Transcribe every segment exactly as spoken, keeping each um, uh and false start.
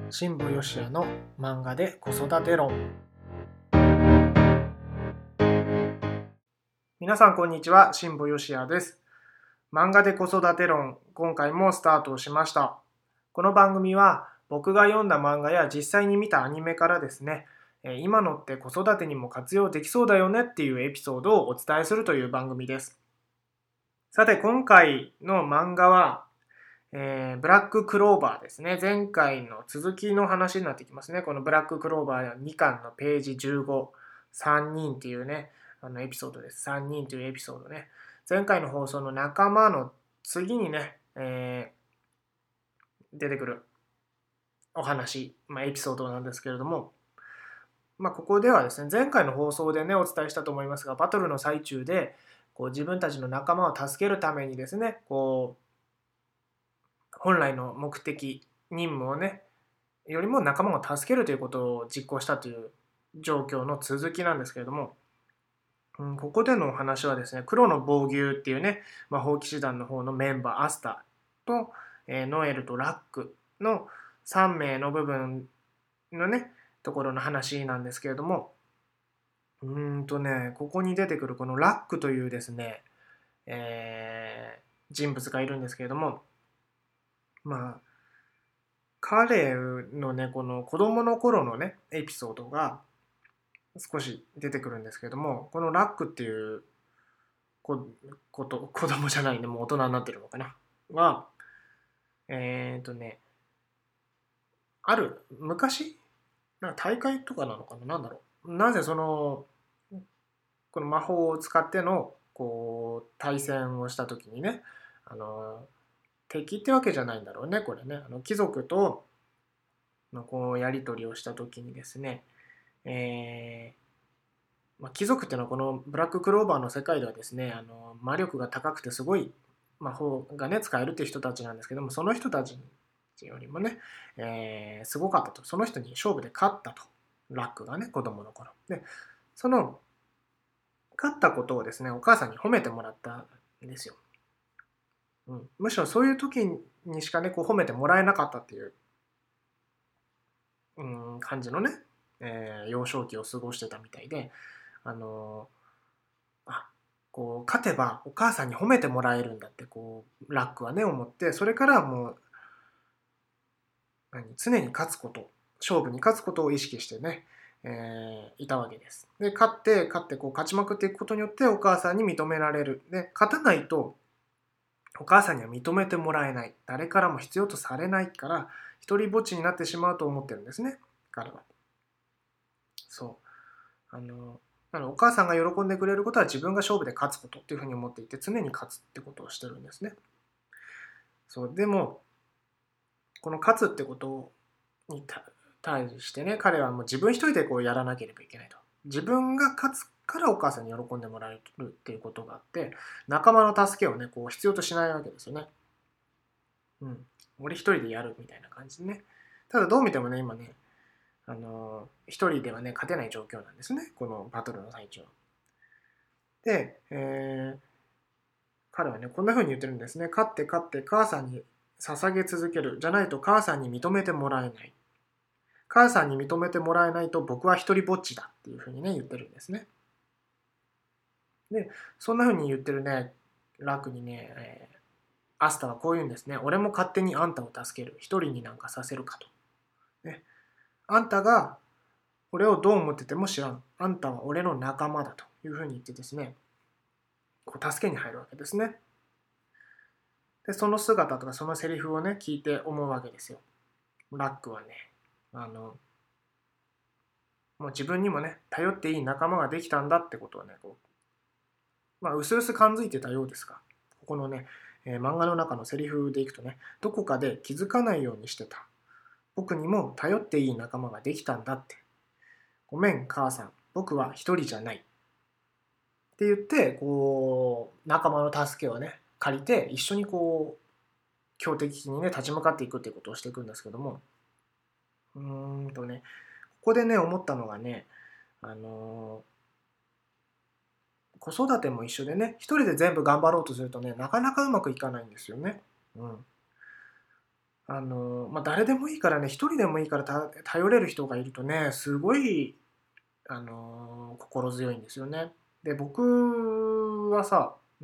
新保義也の漫画で子育て論。皆さんこんにちは、新保義也です。漫画で子育て論、今回もスタートしました。この番組は僕が読んだ漫画や実際に見たアニメからですね、今のって子育てにも活用できそうだよねっていうエピソードをお伝えするという番組です。さて今回の漫画はえー、ブラッククローバーですね。前回の続きの話になってきますね。このブラッククローバーにかんのページじゅうご、さんにんっていうね、あのエピソードです。さんにんというエピソードね。前回の放送の仲間の次にね、えー、出てくるお話、まあ、エピソードなんですけれども、まあ、ここではですね、前回の放送でね、お伝えしたと思いますが、バトルの最中で、こう自分たちの仲間を助けるためにですね、こう、本来の目的、任務をね、よりも仲間を助けるということを実行したという状況の続きなんですけれども、うん、ここでのお話はですね、黒の防御っていうね、魔法騎士団の方のメンバー、アスタと、えー、ノエルとラックのさんめいの部分のね、ところの話なんですけれども、うーんとね、ここに出てくるこのラックというですね、えー人物がいるんですけれども、まあ、彼のね、この子供の頃のね、エピソードが少し出てくるんですけれども、このラックっていう子、子と、子供じゃないね、もう大人になってるのかな。は、えっとね、ある、昔なんか大会とかなのかななんだろう。なぜその、この魔法を使っての、こう、対戦をした時にね、あの、敵ってわけじゃないんだろうね、これね。あの貴族とのこうやり取りをした時にですね、えーまあ、貴族っていうのはこのブラッククローバーの世界ではですね、あの魔力が高くてすごい魔法がね使えるっていう人たちなんですけども、その人たちよりもね、えーすごかったと。その人に勝負で勝ったと。ラックがね、子供の頃。で、その勝ったことをですね、お母さんに褒めてもらったんですよ。うん、むしろそういう時にしかね、こう褒めてもらえなかったっていう、うん、感じのね、えー幼少期を過ごしてたみたいで、あのあこう勝てばお母さんに褒めてもらえるんだってこうラックはね思って、それからもう何常に勝つこと、勝負に勝つことを意識してね、えーいたわけです。で勝って勝ってこう勝ちまくっていくことによってお母さんに認められる。で勝たないとお母さんには認めてもらえない、誰からも必要とされないから一人ぼっちになってしまうと思ってるんですね、彼は。そうあのなのでお母さんが喜んでくれることは自分が勝負で勝つことっていうふうに思っていて、常に勝つってことをしてるんですね。そうでもこの勝つってことに対してね、彼はもう自分一人でこうやらなければいけないと。自分が勝つからお母さんに喜んでもらえるっていうことがあって、仲間の助けをねこう必要としないわけですよね。うん、俺一人でやるみたいな感じでね。ただどう見てもね今ね、あの一人ではね勝てない状況なんですね、このバトルの最中。で、えー彼はねこんな風に言ってるんですね。勝って勝って母さんに捧げ続ける、じゃないと母さんに認めてもらえない、母さんに認めてもらえないと僕は一人ぼっちだっていう風にね言ってるんですね。でそんな風に言ってるねラクにね、えーアスタはこう言うんですね。俺も勝手にあんたを助ける、一人になんかさせるかと、ね、あんたが俺をどう思ってても知らん、あんたは俺の仲間だという風に言ってですね、こう助けに入るわけですね。でその姿とかそのセリフをね聞いて思うわけですよ。ラックはね、あのもう自分にもね頼っていい仲間ができたんだってことをねこう、まあ、うすうす感づいてたようですが、ここのね、えー漫画の中のセリフでいくとね、どこかで気づかないようにしてた、僕にも頼っていい仲間ができたんだって、ごめん母さん僕は一人じゃないって言って、こう仲間の助けをね借りて一緒にこう強敵にね立ち向かっていくっていうことをしていくんですけども、うーんとねここでね思ったのがね、あのー子育ても一緒でね、一人で全部頑張ろうとするとねなかなかうまくいかないんですよね。うん、 あの、まあ、誰でもいいからね、一人でもいいからた頼れる人がいるとね、すごい、あの、心強いんですよね。で、僕はさ、うん、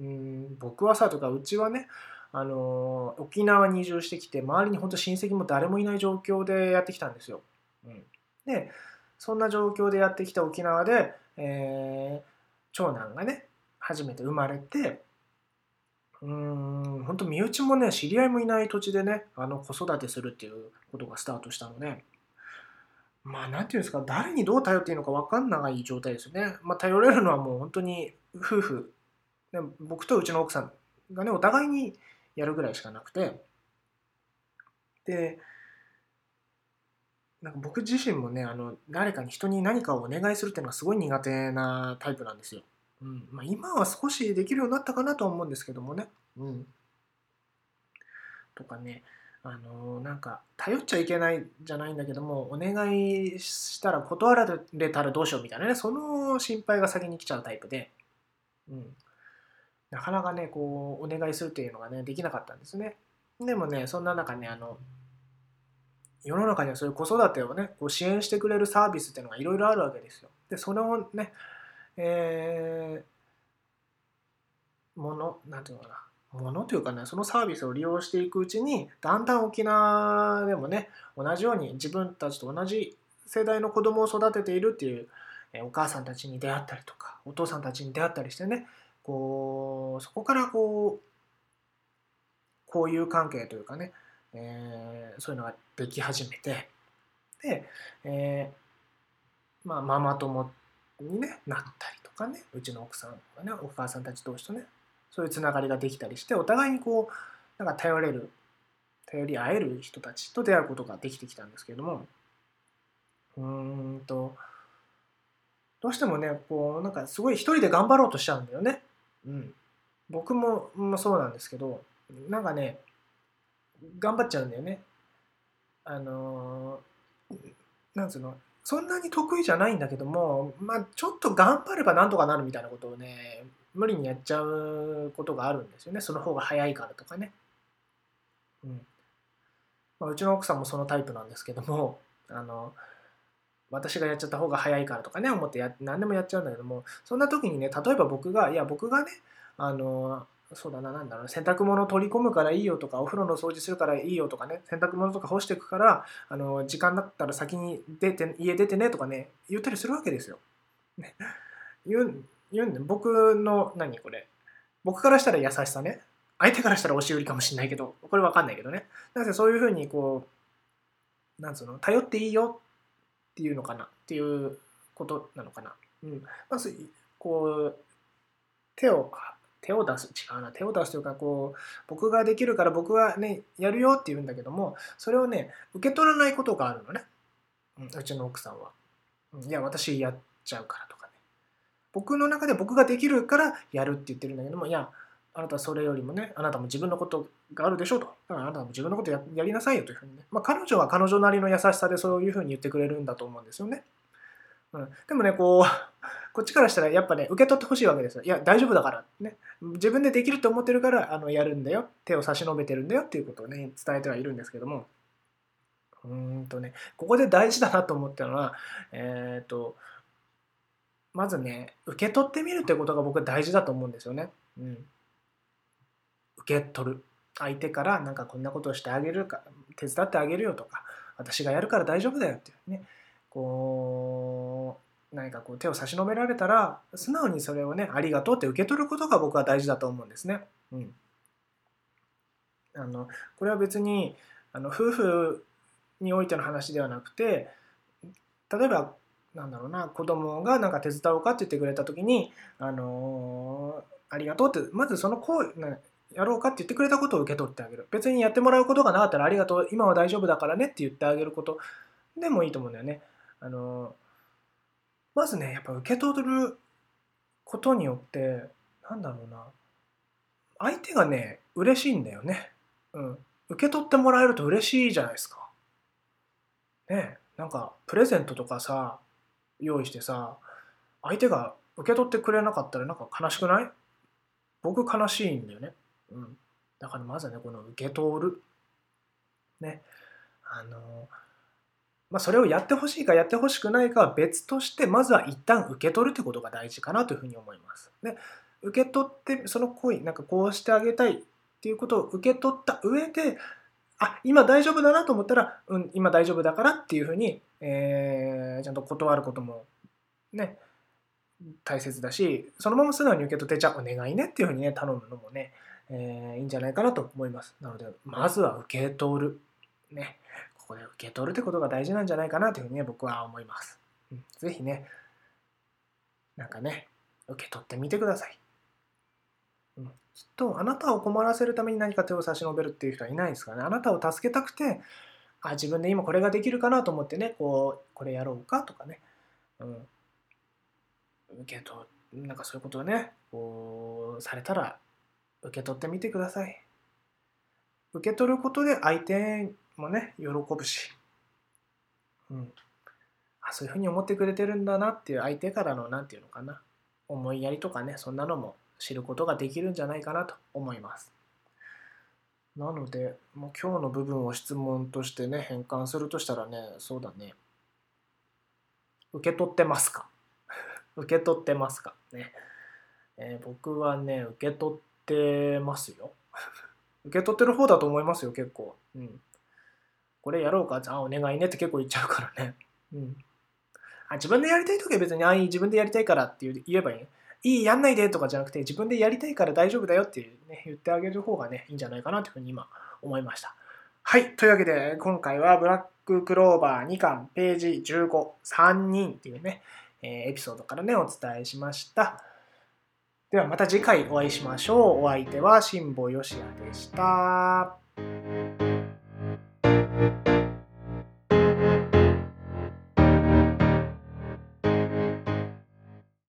僕はさとか、うちはね、あの、沖縄に移住してきて、周りに本当親戚も誰もいない状況でやってきたんですよ。うん、で、そんな状況でやってきた沖縄で、えー長男がね、初めて生まれて、うーん、本当身内もね、知り合いもいない土地でね、あの子育てするっていうことがスタートしたので、まあ、なんていうんですか、誰にどう頼っていいのか分かんない状態ですよね。まあ、頼れるのはもう本当に夫婦、ね、僕とうちの奥さんがね、お互いにやるぐらいしかなくて、で、なんか僕自身もね、あの、誰かに人に何かをお願いするっていうのがすごい苦手なタイプなんですよ。うん。まあ、今は少しできるようになったかなとは思うんですけどもね。うん。とかね、あのなんか頼っちゃいけないじゃないんだけども、お願いしたら断られたらどうしようみたいなね、その心配が先に来ちゃうタイプで、うん、なかなかねこうお願いするっていうのがねできなかったんですね。でもね、そんな中ね、あの世の中にはそういう子育てをねこう支援してくれるサービスっていうのがいろいろあるわけですよ。でそれをね、えー、ものなんていうのかな、ものというかね、そのサービスを利用していくうちに、だんだん沖縄でもね、同じように自分たちと同じ世代の子供を育てているっていうえお母さんたちに出会ったりとか、お父さんたちに出会ったりしてね、こうそこからこう交友関係というかね、えーそういうのができ始めて、で、えーまあ、ママ友に、ね、なったりとかね、うちの奥さんがね、お母さんたち同士とね、そういうつながりができたりして、お互いにこう、なんか頼れる、頼り合える人たちと出会うことができてきたんですけれども、うーんと、どうしてもね、こう、なんかすごい一人で頑張ろうとしちゃうんだよね。うん。僕も、もそうなんですけど、なんかね、頑張っちゃうんだよね。あのーなんつうの、そんなに得意じゃないんだけども、まあ、ちょっと頑張ればなんとかなるみたいなことをね、無理にやっちゃうことがあるんですよね。その方が早いからとかね。うん。まあ、うちの奥さんもそのタイプなんですけども、あの、私がやっちゃった方が早いからとかね、思ってや何でもやっちゃうんだけども、そんな時にね、例えば僕が、いや、僕がね、あの、そうだな、なんだろう、洗濯物取り込むからいいよとか、お風呂の掃除するからいいよとかね、洗濯物とか干していくから、あの、時間だったら先に出て、家出てねとかね、言ったりするわけですよ。ね、言う、言うんで、僕の、何これ、僕からしたら優しさね、相手からしたら押し売りかもしれないけど、これわかんないけどね。なぜそういうふうに、こう、なんつうの、頼っていいよっていうのかなっていうことなのかな。うん。まず、こう、手を、手を出す、違うな、手を出すというか、こう、僕ができるから僕はね、やるよって言うんだけども、それをね、受け取らないことがあるのね。うん、うちの奥さんは。うん、いや、私やっちゃうからとかね。僕の中で僕ができるからやるって言ってるんだけども、いや、あなたはそれよりもね、あなたも自分のことがあるでしょうと。だからあなたも自分のことややりなさいよというふうにね。まあ、彼女は彼女なりの優しさでそういうふうに言ってくれるんだと思うんですよね。うん、でもね、こう、こっちからしたらやっぱね、受け取ってほしいわけですよ。いや、大丈夫だから、ね。自分でできると思ってるから、あの、やるんだよ。手を差し伸べてるんだよっていうことをね、伝えてはいるんですけども、うーんとね、ここで大事だなと思ったのは、えっと、まずね、受け取ってみるってことが僕は大事だと思うんですよね。うん。受け取る。相手からなんかこんなことをしてあげるか、手伝ってあげるよとか、私がやるから大丈夫だよっていうね、こう、何かこう手を差し伸べられたら、素直にそれをね、ありがとうって受け取ることが僕は大事だと思うんですね。うん。あの、これは別に、あの、夫婦においての話ではなくて、例えば、なんだろうな、子供がなんか手伝おうかって言ってくれた時に、あのーありがとうって、まずその行為、ね、やろうかって言ってくれたことを受け取ってあげる。別にやってもらうことがなかったらありがとう、今は大丈夫だからねって言ってあげることでもいいと思うんだよね。あのーまずね、やっぱ受け取ることによって、なんだろうな、相手がね、嬉しいんだよね。うん。受け取ってもらえると嬉しいじゃないですか。ねえ、なんかプレゼントとかさ、用意してさ、相手が受け取ってくれなかったらなんか悲しくない？僕悲しいんだよね。うん。だからまずね、この受け取る。 ね。あの、まあ、それをやってほしいかやってほしくないかは別として、まずは一旦受け取るってことが大事かなというふうに思います。で、受け取って、その行為、なんかこうしてあげたいっていうことを受け取った上で、あ、今大丈夫だなと思ったら、うん、今大丈夫だからっていうふうに、えーちゃんと断ることもね、大切だし、そのまま素直に受け取って、じゃあお願いねっていうふうにね、頼むのもね、えーいいんじゃないかなと思います。なので、まずは受け取る。ね。ここで受け取るってことが大事なんじゃないかなというふうにね、僕は思います。うん、ぜひね、なんかね、受け取ってみてください。うん、きっと、あなたを困らせるために何か手を差し伸べるっていう人はいないですからね。あなたを助けたくて、あ、自分で今これができるかなと思ってね、こう、これやろうかとかね、うん、受け取る、なんかそういうことをね、こう、されたら、受け取ってみてください。受け取ることで相手もね、喜ぶし、うん、あ、そういうふうに思ってくれてるんだなっていう相手からの、なんていうのかな、思いやりとかね、そんなのも知ることができるんじゃないかなと思います。なので、もう今日の部分を質問としてね、変換するとしたらね、そうだね、受け取ってますか？受け取ってますかね。えー僕はね、受け取ってますよ。受け取ってる方だと思いますよ、結構。うん。これやろうか、じゃあお願いねって結構言っちゃうからね。うん。あ、自分でやりたいときは別に、あ、いい、自分でやりたいからって言えばいいね。いい、やんないでとかじゃなくて、自分でやりたいから大丈夫だよっていうね、言ってあげる方がね、いいんじゃないかなというふうに今思いました。はい。というわけで、今回はブラッククローバーにかんページじゅうご、さんにんっていうね、えーエピソードからね、お伝えしました。ではまた次回お会いしましょう。お相手は辛坊よしやでした。